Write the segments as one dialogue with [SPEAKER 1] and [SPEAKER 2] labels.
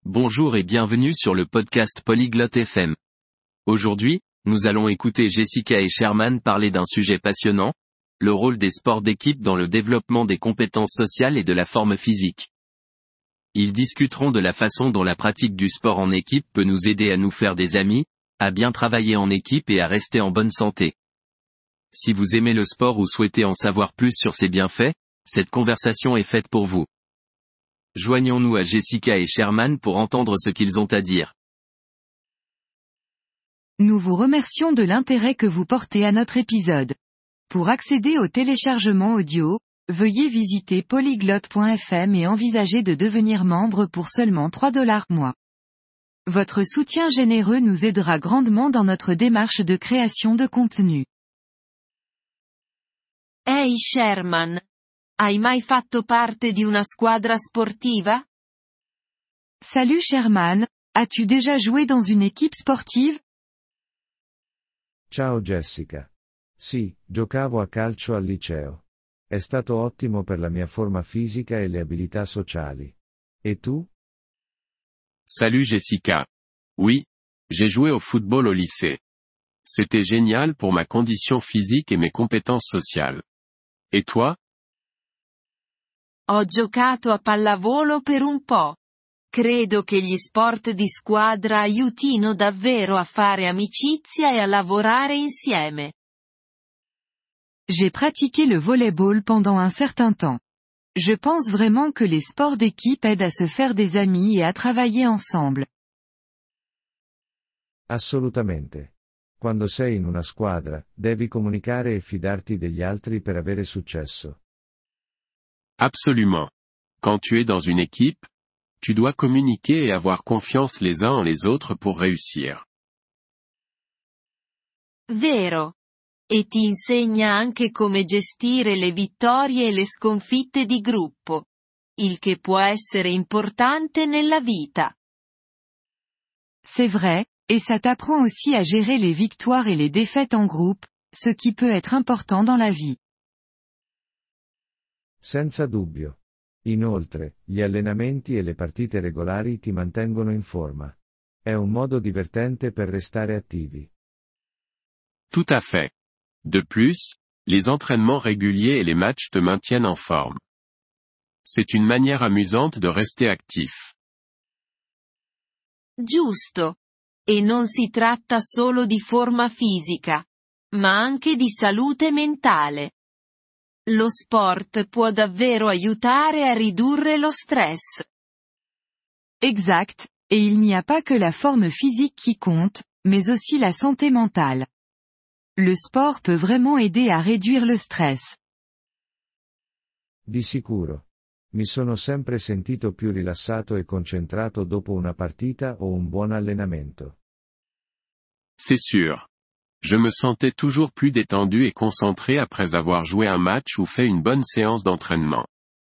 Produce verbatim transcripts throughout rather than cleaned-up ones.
[SPEAKER 1] Bonjour et bienvenue sur le podcast Polyglotte F M. Aujourd'hui, nous allons écouter Jessica et Sherman parler d'un sujet passionnant, le rôle des sports d'équipe dans le développement des compétences sociales et de la forme physique. Ils discuteront de la façon dont la pratique du sport en équipe peut nous aider à nous faire des amis, à bien travailler en équipe et à rester en bonne santé. Si vous aimez le sport ou souhaitez en savoir plus sur ses bienfaits, cette conversation est faite pour vous. Joignons-nous à Jessica et Sherman pour entendre ce qu'ils ont à dire.
[SPEAKER 2] Nous vous remercions de l'intérêt que vous portez à notre épisode. Pour accéder au téléchargement audio, veuillez visiter polyglotte point f m et envisager de devenir membre pour seulement trois dollars mois. Votre soutien généreux nous aidera grandement dans notre démarche de création de contenu.
[SPEAKER 3] Ehi Sherman, hai mai fatto parte di una squadra sportiva?
[SPEAKER 2] Salut Sherman, as-tu déjà joué dans une équipe sportive?
[SPEAKER 4] Ciao Jessica. Sì, giocavo a calcio al liceo. È stato ottimo per la mia forma fisica e le abilità sociali. E tu?
[SPEAKER 1] Salut Jessica. Oui, j'ai joué au football au lycée. C'était génial pour ma condition physique et mes compétences sociales. Et toi?
[SPEAKER 3] Ho giocato a pallavolo per un po'. Credo che gli sport di squadra aiutino davvero a fare amicizia e a lavorare insieme.
[SPEAKER 2] J'ai pratiqué le volleyball pendant un certain temps. Je pense vraiment que les sports d'équipe aident à se faire des amis et à travailler ensemble.
[SPEAKER 4] Assolutamente. Quando sei in una squadra, devi comunicare e fidarti degli altri per avere successo.
[SPEAKER 1] Absolument. Quand tu es dans une équipe, tu dois communiquer et avoir confiance les uns en les autres pour réussir.
[SPEAKER 3] Vero. E ti insegna anche come gestire le vittorie e le sconfitte di gruppo. Il che può essere importante nella vita.
[SPEAKER 2] C'est vrai, et ça t'apprend aussi à gérer les victoires et les défaites en groupe, ce qui peut être important dans la vie.
[SPEAKER 4] Senza dubbio. Inoltre, gli allenamenti e le partite regolari ti mantengono in forma. È un modo divertente per restare attivi.
[SPEAKER 1] Tout à fait. De plus, les entraînements réguliers et les matchs te maintiennent en forme. C'est une manière amusante de rester actif.
[SPEAKER 3] Giusto. E non si tratta solo di forma fisica, ma anche di salute mentale. Lo sport può davvero aiutare a ridurre lo stress.
[SPEAKER 2] Exact, et il n'y a pas que la forme physique qui compte, mais aussi la santé mentale. Le sport peut vraiment aider à réduire le stress.
[SPEAKER 4] Di sicuro. Mi sono sempre sentito più rilassato e concentrato dopo una partita o un buon allenamento.
[SPEAKER 1] C'est sûr. Je me sentais toujours plus détendu et concentré après avoir joué un match ou fait une bonne séance d'entraînement.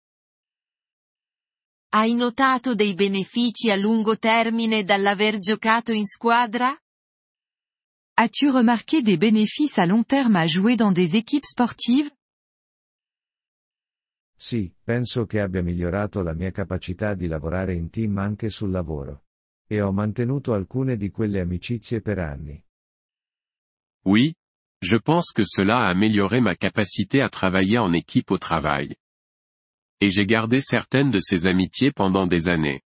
[SPEAKER 3] Hai notato dei benefici a lungo termine dall'aver giocato in squadra?
[SPEAKER 2] As-tu remarqué des bénéfices à long terme à jouer dans des équipes sportives?
[SPEAKER 4] Sì, penso che abbia migliorato la mia capacità di lavorare in team anche sul lavoro. E ho mantenuto alcune di quelle amicizie per anni.
[SPEAKER 1] Oui, je pense que cela a amélioré ma capacité à travailler en équipe au travail. Et j'ai gardé certaines de ces amitiés pendant des années.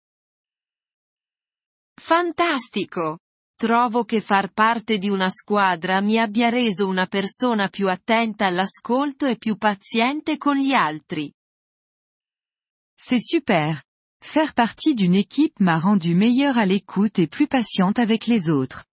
[SPEAKER 3] Fantastico! Trovo che far parte di una squadra mi abbia reso una persona più attenta all'ascolto e più paziente con gli altri.
[SPEAKER 2] C'est super. Faire partie d'une équipe m'a rendu meilleure à l'écoute et plus patiente avec les autres.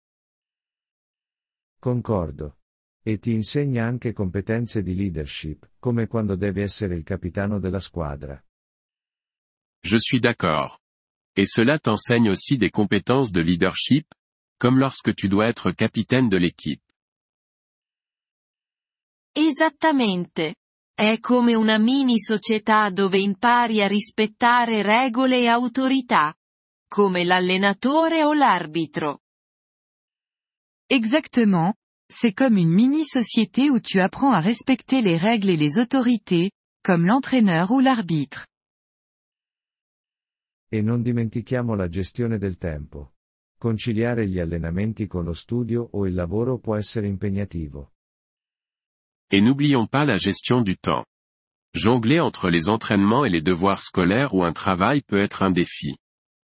[SPEAKER 4] Concordo. E ti insegna anche competenze di leadership, come quando devi essere il capitano della squadra.
[SPEAKER 1] Je suis d'accord. Et cela t'enseigne aussi des compétences de leadership, comme lorsque tu dois être capitaine de l'équipe.
[SPEAKER 3] Esattamente. È come una mini società dove impari a rispettare regole e autorità. Come l'allenatore o l'arbitro.
[SPEAKER 2] Exactement. C'est comme une mini-société où tu apprends à respecter les règles et les autorités, comme l'entraîneur ou l'arbitre.
[SPEAKER 4] E non dimentichiamo la gestione del tempo. Conciliare gli allenamenti con lo studio o il lavoro può essere impegnativo.
[SPEAKER 1] Et n'oublions pas la gestion du temps. Jongler entre les entraînements et les devoirs scolaires ou un travail peut être un défi.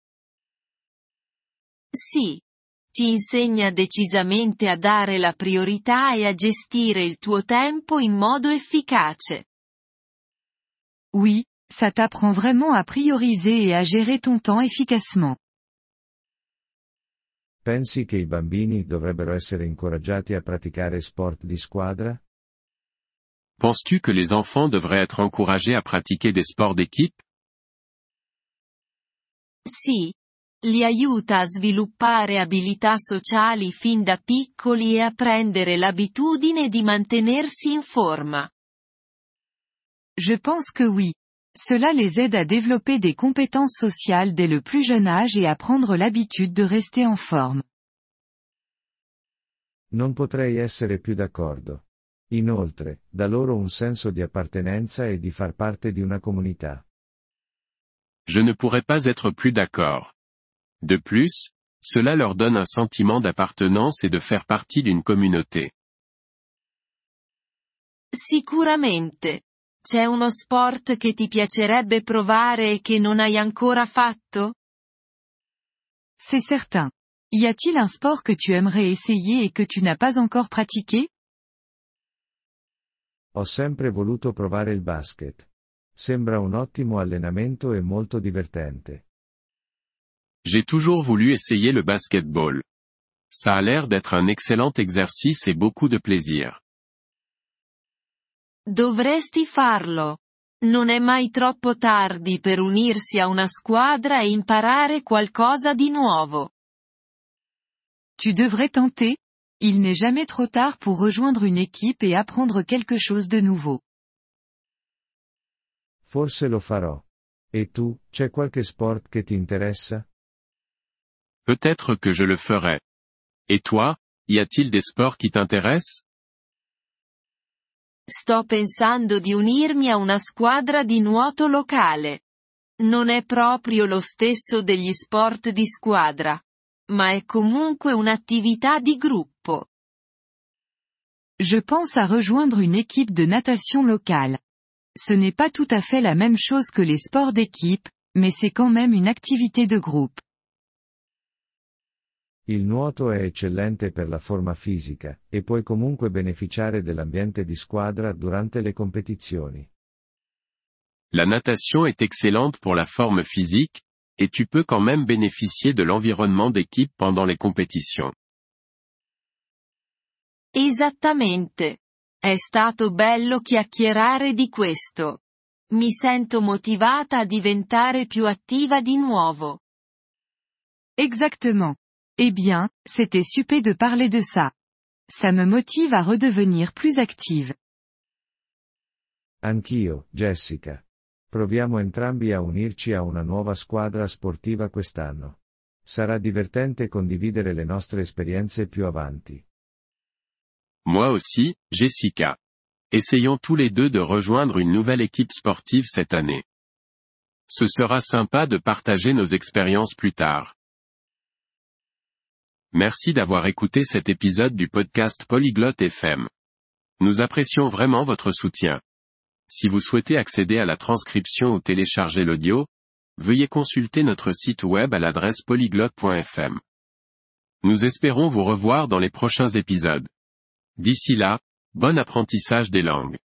[SPEAKER 3] Sì. Ti insegna decisamente a dare la priorità e a gestire il tuo tempo in modo efficace.
[SPEAKER 2] Oui, ça t'apprend vraiment à prioriser et à gérer ton temps efficacement.
[SPEAKER 4] Pensi che i bambini dovrebbero essere incoraggiati a praticare sport di squadra?
[SPEAKER 1] Penses-tu que les enfants devraient être encouragés à pratiquer des sports d'équipe?
[SPEAKER 3] Sì. Li aiuta a sviluppare abilità sociali fin da piccoli e a prendere l'abitudine di mantenersi in forma.
[SPEAKER 2] Je pense que oui. Cela les aide à développer des compétences sociales dès le plus jeune âge et à prendre l'habitude de rester en forme.
[SPEAKER 4] Non potrei essere più d'accordo. Inoltre, dà loro un senso di appartenenza e di far parte di una comunità.
[SPEAKER 1] Je ne pourrais pas être plus d'accord. De plus, cela leur donne un sentiment d'appartenance et de faire partie d'une communauté.
[SPEAKER 3] Sicuramente. C'è uno sport che ti piacerebbe provare e che non hai ancora fatto?
[SPEAKER 2] C'est certain. Y a-t-il un sport que tu aimerais essayer et que tu n'as pas encore pratiqué?
[SPEAKER 4] Ho sempre voluto provare il basket. Sembra un ottimo allenamento e molto divertente.
[SPEAKER 1] J'ai toujours voulu essayer le basketball. Ça a l'air d'être un excellent exercice et beaucoup de plaisir.
[SPEAKER 3] Dovresti farlo. Non è mai troppo tardi per unirsi a una squadra e imparare qualcosa di nuovo.
[SPEAKER 2] Tu devrais tenter. Il n'est jamais trop tard pour rejoindre une équipe et apprendre quelque chose de nouveau.
[SPEAKER 4] Forse lo farò. E tu, c'è qualche sport che ti interessa?
[SPEAKER 1] Peut-être que je le ferai. Et toi, y a-t-il des sports qui t'intéressent?
[SPEAKER 3] Sto pensando di unirmi a una squadra di nuoto locale. Non è proprio lo stesso degli sport di squadra. Ma è comunque un'attività di gruppo.
[SPEAKER 2] Je pense à rejoindre une équipe de natation locale. Ce n'est pas tout à fait la même chose que les sports d'équipe, mais c'est quand même une activité de groupe.
[SPEAKER 4] Il nuoto è eccellente per la forma fisica, e puoi comunque beneficiare dell'ambiente di squadra durante le competizioni.
[SPEAKER 1] La natation est excellente pour la forme physique, et tu peux quand même bénéficier de l'environnement d'équipe pendant les compétitions.
[SPEAKER 3] Esattamente. È stato bello chiacchierare di questo. Mi sento motivata a diventare più attiva di nuovo.
[SPEAKER 2] Exactement. Eh bien, c'était super de parler de ça. Ça me motive à redevenir plus active.
[SPEAKER 4] Anch'io, Jessica. Proviamo entrambi a unirci a una nuova squadra sportiva quest'anno. Sarà divertente condividere le nostre esperienze più avanti.
[SPEAKER 1] Moi aussi, Jessica. Essayons tous les deux de rejoindre une nouvelle équipe sportive cette année. Ce sera sympa de partager nos expériences plus tard. Merci d'avoir écouté cet épisode du podcast Polyglotte F M. Nous apprécions vraiment votre soutien. Si vous souhaitez accéder à la transcription ou télécharger l'audio, veuillez consulter notre site web à l'adresse polyglotte point f m. Nous espérons vous revoir dans les prochains épisodes. D'ici là, bon apprentissage des langues.